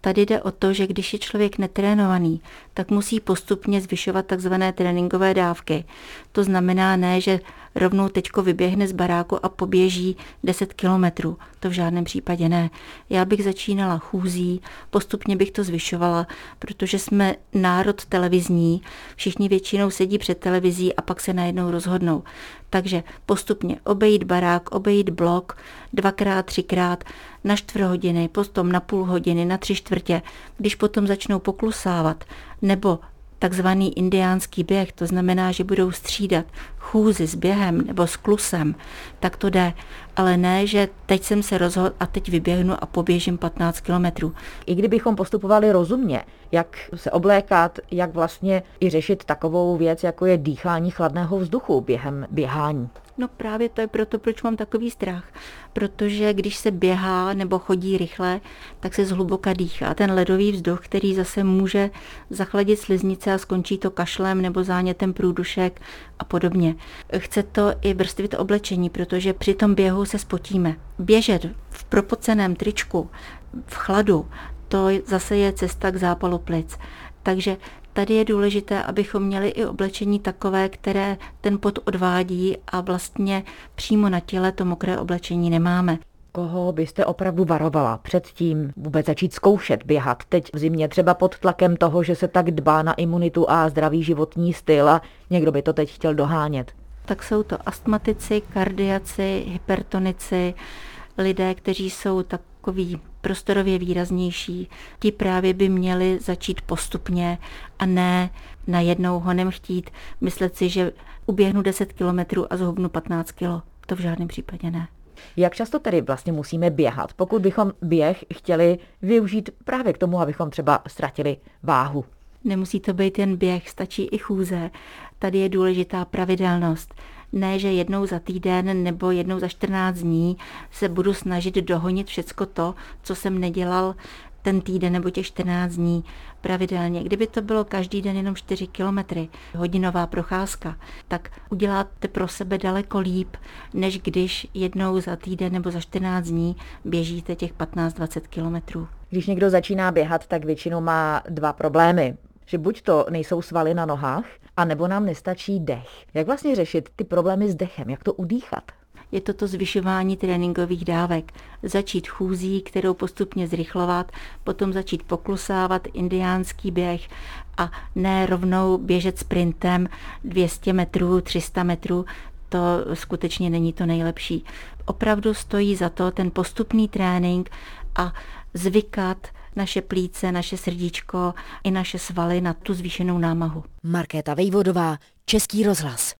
tady jde o to, že když je člověk netrénovaný, tak musí postupně zvyšovat takzvané tréninkové dávky. To znamená ne, že rovnou teďko vyběhne z baráku a poběží 10 kilometrů. To v žádném případě ne. Já bych začínala chůzí, postupně bych to zvyšovala, protože jsme národ televizní, všichni většinou sedí před televizí a pak se najednou rozhodnou. Takže postupně obejít barák, obejít blok, 2x, 3x, na 4 hodiny, potom na půl hodiny, na 3/4. Když potom začnou poklusávat, nebo takzvaný indiánský běh, to znamená, že budou střídat chůzi s během nebo s klusem, tak to jde. Ale ne, že teď jsem se rozhodl a teď vyběhnu a poběžím 15 kilometrů. I kdybychom postupovali rozumně, jak se oblékat, jak vlastně i řešit takovou věc, jako je dýchání chladného vzduchu během běhání. No právě to je proto, proč mám takový strach. Protože když se běhá nebo chodí rychle, tak se zhluboka dýchá. Ten ledový vzduch, který zase může zachladit sliznice a skončí to kašlem nebo zánětem průdušek a podobně. Chce to i vrstvit oblečení, protože při tom běhu se spotíme. Běžet v propoceném tričku, v chladu, to zase je cesta k zápalu plic. Takže tady je důležité, abychom měli i oblečení takové, které ten pot odvádí a vlastně přímo na těle to mokré oblečení nemáme. Koho byste opravdu varovala před tím vůbec začít zkoušet běhat teď v zimě, třeba pod tlakem toho, že se tak dbá na imunitu a zdravý životní styl a někdo by to teď chtěl dohánět? Tak jsou to astmatici, kardiaci, hypertonici, lidé, kteří jsou takový prostorově výraznější. Ti právě by měli začít postupně a ne najednou honem chtít myslet si, že uběhnu 10 kilometrů a zhubnu 15 kilo. To v žádném případě ne. Jak často tedy vlastně musíme běhat, pokud bychom běh chtěli využít právě k tomu, abychom třeba ztratili váhu? Nemusí to být jen běh, stačí i chůze. Tady je důležitá pravidelnost. Ne, že jednou za týden nebo jednou za 14 dní se budu snažit dohonit všecko to, co jsem nedělal ten týden nebo těch 14 dní pravidelně. Kdyby to bylo každý den jenom 4 kilometry, hodinová procházka, tak uděláte pro sebe daleko líp, než když jednou za týden nebo za 14 dní běžíte těch 15-20 kilometrů. Když někdo začíná běhat, tak většinou má 2 problémy. Že buď to nejsou svaly na nohách, anebo nám nestačí dech. Jak vlastně řešit ty problémy s dechem? Jak to udýchat? Je to zvyšování tréninkových dávek. Začít chůzí, kterou postupně zrychlovat, potom začít poklusávat indiánský běh a ne rovnou běžet sprintem 200 metrů, 300 metrů. To skutečně není to nejlepší. Opravdu stojí za to ten postupný trénink a zvykat naše plíce, naše srdíčko i naše svaly na tu zvýšenou námahu. Markéta Vejvodová, Český rozhlas.